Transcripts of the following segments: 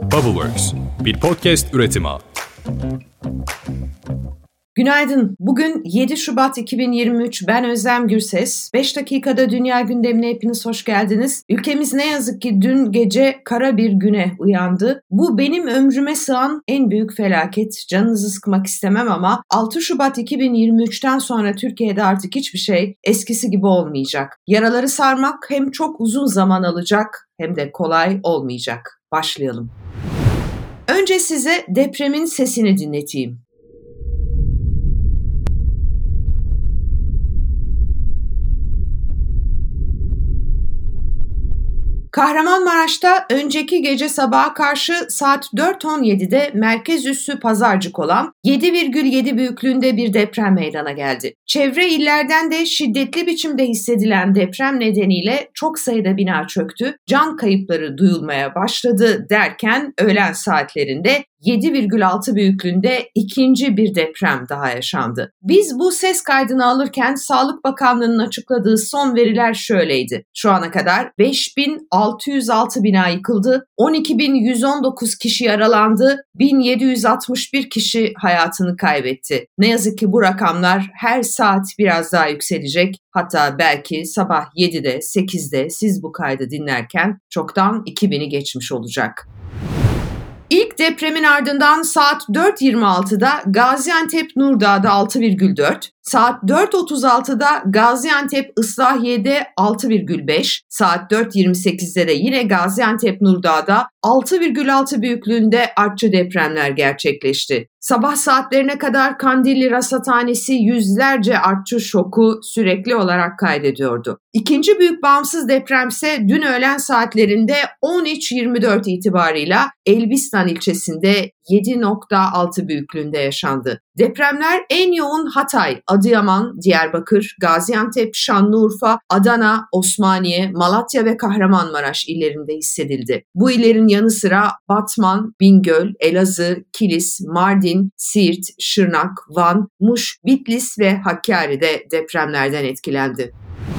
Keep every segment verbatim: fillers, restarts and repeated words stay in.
Bubbleworks, bir podcast üretimi. Günaydın. Bugün yedi Şubat iki bin yirmi üç. Ben Özlem Gürses. beş dakikada dünya gündemine hepiniz hoş geldiniz. Ülkemiz ne yazık ki dün gece kara bir güne uyandı. Bu benim ömrüme sığan en büyük felaket. Canınızı sıkmak istemem ama altı Şubat iki bin yirmi üçten sonra Türkiye'de artık hiçbir şey eskisi gibi olmayacak. Yaraları sarmak hem çok uzun zaman alacak hem de kolay olmayacak. Başlayalım. Önce size depremin sesini dinleteyim. Kahramanmaraş'ta önceki gece sabaha karşı saat dört on yedide merkez üssü Pazarcık olan yedi virgül yedi büyüklüğünde bir deprem meydana geldi. Çevre illerden de şiddetli biçimde hissedilen deprem nedeniyle çok sayıda bina çöktü, can kayıpları duyulmaya başladı derken öğlen saatlerinde yedi virgül altı büyüklüğünde ikinci bir deprem daha yaşandı. Biz bu ses kaydını alırken Sağlık Bakanlığı'nın açıkladığı son veriler şöyleydi. Şu ana kadar beş bin altı yüz altı bina yıkıldı, on iki bin yüz on dokuz kişi yaralandı, bin yedi yüz altmış bir kişi hayatını kaybetti. Ne yazık ki bu rakamlar her saat biraz daha yükselecek. Hatta belki sabah yedide, sekizde siz bu kaydı dinlerken çoktan iki bini geçmiş olacak. İlk depremin ardından saat dört yirmi altıda Gaziantep Nurdağ'da altı virgül dört, saat dört otuz altıda Gaziantep Islahiye'de altı virgül beş, saat dört yirmi sekizde de yine Gaziantep Nurdağ'da altı virgül altı büyüklüğünde artçı depremler gerçekleşti. Sabah saatlerine kadar Kandilli Rasathanesi yüzlerce artçı şoku sürekli olarak kaydediyordu. İkinci büyük bağımsız depremse dün öğlen saatlerinde on üç yirmi dört itibarıyla Elbistan ilçesinde yedi nokta altı büyüklüğünde yaşandı. Depremler en yoğun Hatay, Adıyaman, Diyarbakır, Gaziantep, Şanlıurfa, Adana, Osmaniye, Malatya ve Kahramanmaraş illerinde hissedildi. Bu illerin yanı sıra Batman, Bingöl, Elazığ, Kilis, Mardin, Siirt, Şırnak, Van, Muş, Bitlis ve Hakkari'de depremlerden etkilendi.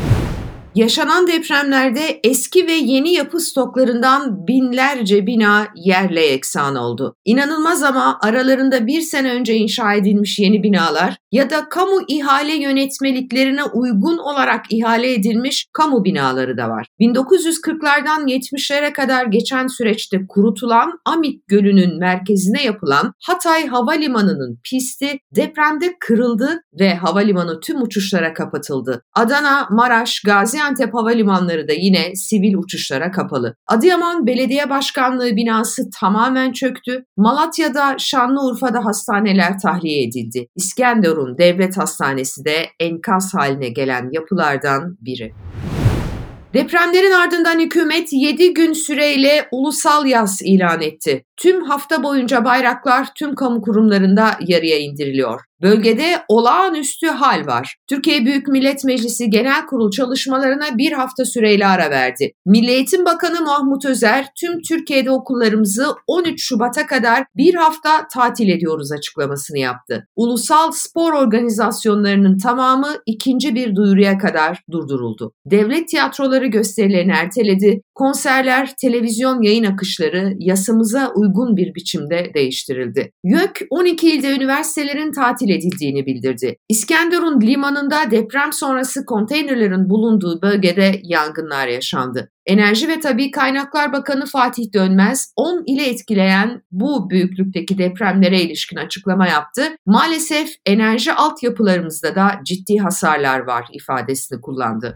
Yaşanan depremlerde eski ve yeni yapı stoklarından binlerce bina yerle yeksan oldu. İnanılmaz ama aralarında bir sene önce inşa edilmiş yeni binalar ya da kamu ihale yönetmeliklerine uygun olarak ihale edilmiş kamu binaları da var. bin dokuz yüz kırklardan yetmişlere kadar geçen süreçte kurutulan Amik Gölü'nün merkezine yapılan Hatay Havalimanı'nın pisti depremde kırıldı ve havalimanı tüm uçuşlara kapatıldı. Adana, Maraş, Gaziantep Gaziantep havalimanları da yine sivil uçuşlara kapalı. Adıyaman Belediye Başkanlığı binası tamamen çöktü. Malatya'da, Şanlıurfa'da hastaneler tahliye edildi. İskenderun Devlet Hastanesi de enkaz haline gelen yapılardan biri. Depremlerin ardından hükümet yedi gün süreyle ulusal yas ilan etti. Tüm hafta boyunca bayraklar tüm kamu kurumlarında yarıya indiriliyor. Bölgede olağanüstü hal var. Türkiye Büyük Millet Meclisi Genel Kurulu çalışmalarına bir hafta süreyle ara verdi. Milli Eğitim Bakanı Mahmut Özer tüm Türkiye'de okullarımızı on üç Şubat'a kadar bir hafta tatil ediyoruz açıklamasını yaptı. Ulusal spor organizasyonlarının tamamı ikinci bir duyuruya kadar durduruldu. Devlet tiyatroları gösterilerini erteledi. Konserler, televizyon yayın akışları yasamıza uygun bir biçimde değiştirildi. YÖK on iki ilde üniversitelerin tatil edildiğini bildirdi. İskenderun limanında deprem sonrası konteynerlerin bulunduğu bölgede yangınlar yaşandı. Enerji ve Tabii Kaynaklar Bakanı Fatih Dönmez, on ile etkileyen bu büyüklükteki depremlere ilişkin açıklama yaptı. Maalesef enerji altyapılarımızda da ciddi hasarlar var ifadesini kullandı.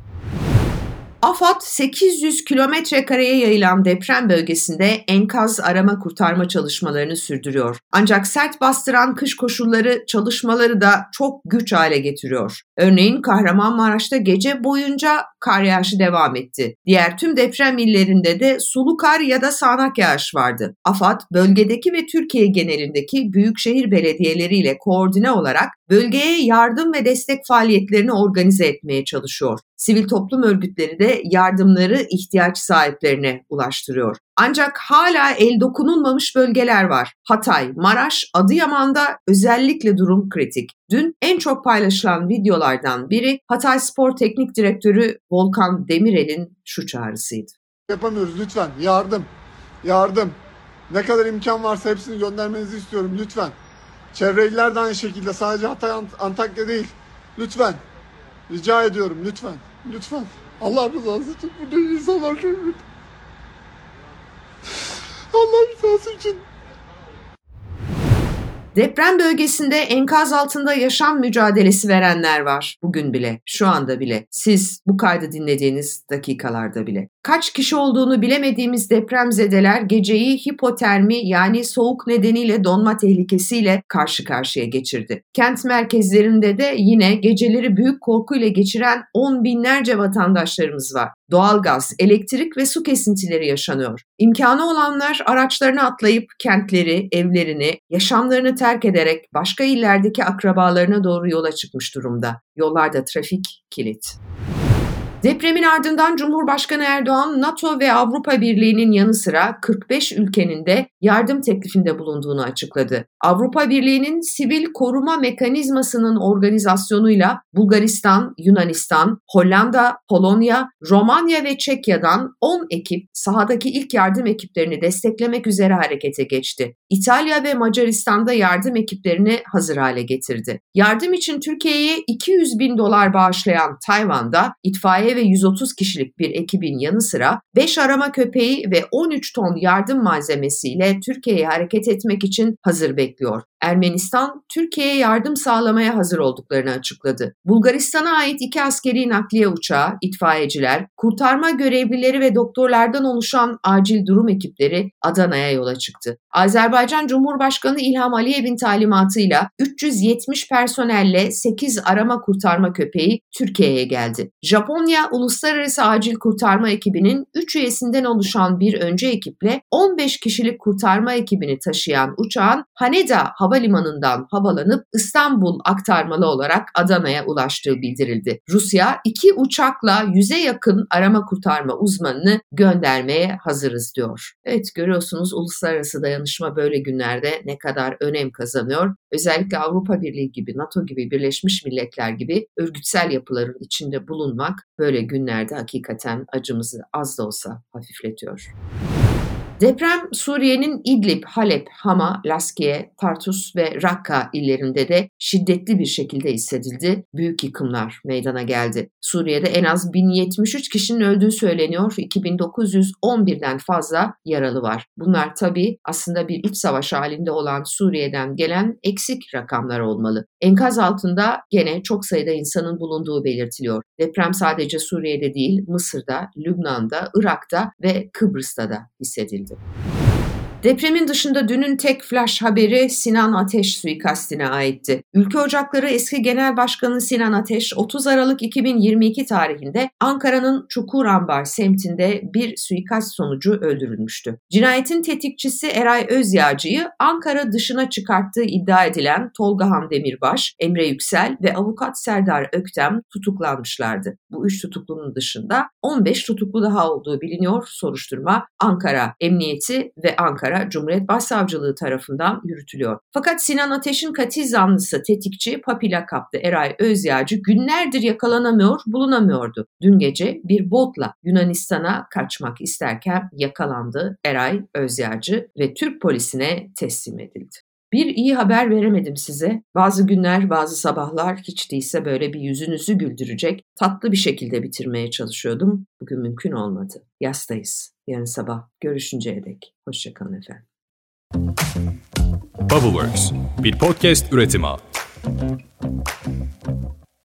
AFAD sekiz yüz kilometre kareye yayılan deprem bölgesinde enkaz arama kurtarma çalışmalarını sürdürüyor. Ancak sert bastıran kış koşulları çalışmaları da çok güç hale getiriyor. Örneğin Kahramanmaraş'ta gece boyunca kar yağışı devam etti. Diğer tüm deprem illerinde de sulu kar ya da sağanak yağış vardı. AFAD, bölgedeki ve Türkiye genelindeki büyükşehir belediyeleriyle koordine olarak bölgeye yardım ve destek faaliyetlerini organize etmeye çalışıyor. Sivil toplum örgütleri de yardımları ihtiyaç sahiplerine ulaştırıyor. Ancak hala el dokunulmamış bölgeler var. Hatay, Maraş, Adıyaman'da özellikle durum kritik. Dün en çok paylaşılan videolardan biri Hatay Spor Teknik Direktörü Volkan Demirel'in şu çağrısıydı. Yapamıyoruz lütfen. Yardım. Yardım. Ne kadar imkan varsa hepsini göndermenizi istiyorum lütfen. Çevre iller de aynı şekilde, sadece Hatay, Antakya değil. Lütfen. Rica ediyorum lütfen. Lütfen. Allah rızası için bu insanlar lütfen. Allah rızası için. Deprem bölgesinde enkaz altında yaşam mücadelesi verenler var. Bugün bile, şu anda bile, siz bu kaydı dinlediğiniz dakikalarda bile. Kaç kişi olduğunu bilemediğimiz depremzedeler geceyi hipotermi yani soğuk nedeniyle donma tehlikesiyle karşı karşıya geçirdi. Kent merkezlerinde de yine geceleri büyük korkuyla geçiren on binlerce vatandaşlarımız var. Doğalgaz, elektrik ve su kesintileri yaşanıyor. İmkanı olanlar araçlarına atlayıp kentleri, evlerini, yaşamlarını terk ederek başka illerdeki akrabalarına doğru yola çıkmış durumda. Yollarda trafik kilit. Depremin ardından Cumhurbaşkanı Erdoğan, NATO ve Avrupa Birliği'nin yanı sıra kırk beş ülkenin de yardım teklifinde bulunduğunu açıkladı. Avrupa Birliği'nin sivil koruma mekanizmasının organizasyonuyla Bulgaristan, Yunanistan, Hollanda, Polonya, Romanya ve Çekya'dan on ekip sahadaki ilk yardım ekiplerini desteklemek üzere harekete geçti. İtalya ve Macaristan'da yardım ekiplerini hazır hale getirdi. Yardım için Türkiye'ye iki yüz bin dolar bağışlayan Tayvan'da itfaiye ve yüz otuz kişilik bir ekibin yanı sıra beş arama köpeği ve on üç ton yardım malzemesiyle Türkiye'ye hareket etmek için hazır bekliyor. Ermenistan, Türkiye'ye yardım sağlamaya hazır olduklarını açıkladı. Bulgaristan'a ait iki askeri nakliye uçağı, itfaiyeciler, kurtarma görevlileri ve doktorlardan oluşan acil durum ekipleri Adana'ya yola çıktı. Azerbaycan Cumhurbaşkanı İlham Aliyev'in talimatıyla üç yüz yetmiş personelle sekiz arama kurtarma köpeği Türkiye'ye geldi. Japonya Uluslararası Acil Kurtarma Ekibi'nin üç üyesinden oluşan bir önce ekiple on beş kişilik kurtarma ekibini taşıyan uçağın Haneda Havalimanı'ndan havalanıp İstanbul aktarmalı olarak Adana'ya ulaştığı bildirildi. Rusya iki uçakla yüze yakın arama kurtarma uzmanını göndermeye hazırız diyor. Evet, görüyorsunuz uluslararası dayanışma böyle günlerde ne kadar önem kazanıyor. Özellikle Avrupa Birliği gibi, NATO gibi, Birleşmiş Milletler gibi örgütsel yapıların içinde bulunmak böyle günlerde hakikaten acımızı az da olsa hafifletiyor. Deprem Suriye'nin İdlib, Halep, Hama, Laskiye, Tartus ve Rakka illerinde de şiddetli bir şekilde hissedildi. Büyük yıkımlar meydana geldi. Suriye'de en az bin yetmiş üç kişinin öldüğü söyleniyor. iki bin dokuz yüz on birden fazla yaralı var. Bunlar tabii aslında bir iç savaş halinde olan Suriye'den gelen eksik rakamlar olmalı. Enkaz altında gene çok sayıda insanın bulunduğu belirtiliyor. Deprem sadece Suriye'de değil, Mısır'da, Lübnan'da, Irak'ta ve Kıbrıs'ta da hissedildi. Depremin dışında dünün tek flash haberi Sinan Ateş suikastine aitti. Ülke Ocakları eski Genel Başkanı Sinan Ateş otuz Aralık iki bin yirmi iki tarihinde Ankara'nın Çukurambar semtinde bir suikast sonucu öldürülmüştü. Cinayetin tetikçisi Eray Özyağcı'yı Ankara dışına çıkarttığı iddia edilen Tolgahan Demirbaş, Emre Yüksel ve avukat Serdar Öktem tutuklanmışlardı. Bu üç tutuklunun dışında on beş tutuklu daha olduğu biliniyor. Soruşturma Ankara Emniyeti ve Ankara Cumhuriyet Başsavcılığı tarafından yürütülüyor. Fakat Sinan Ateş'in katil zanlısı tetikçi Papi lakaplı Eray Özyağcı günlerdir yakalanamıyor, bulunamıyordu. Dün gece bir botla Yunanistan'a kaçmak isterken yakalandı Eray Özyağcı ve Türk polisine teslim edildi. Bir iyi haber veremedim size. Bazı günler, bazı sabahlar hiç değilse böyle bir yüzünüzü güldürecek, tatlı bir şekilde bitirmeye çalışıyordum. Bugün mümkün olmadı. Yastayız. Yarın sabah görüşünceye dek. Hoşça kalın efendim. Bubbleworks, bir podcast üretimi.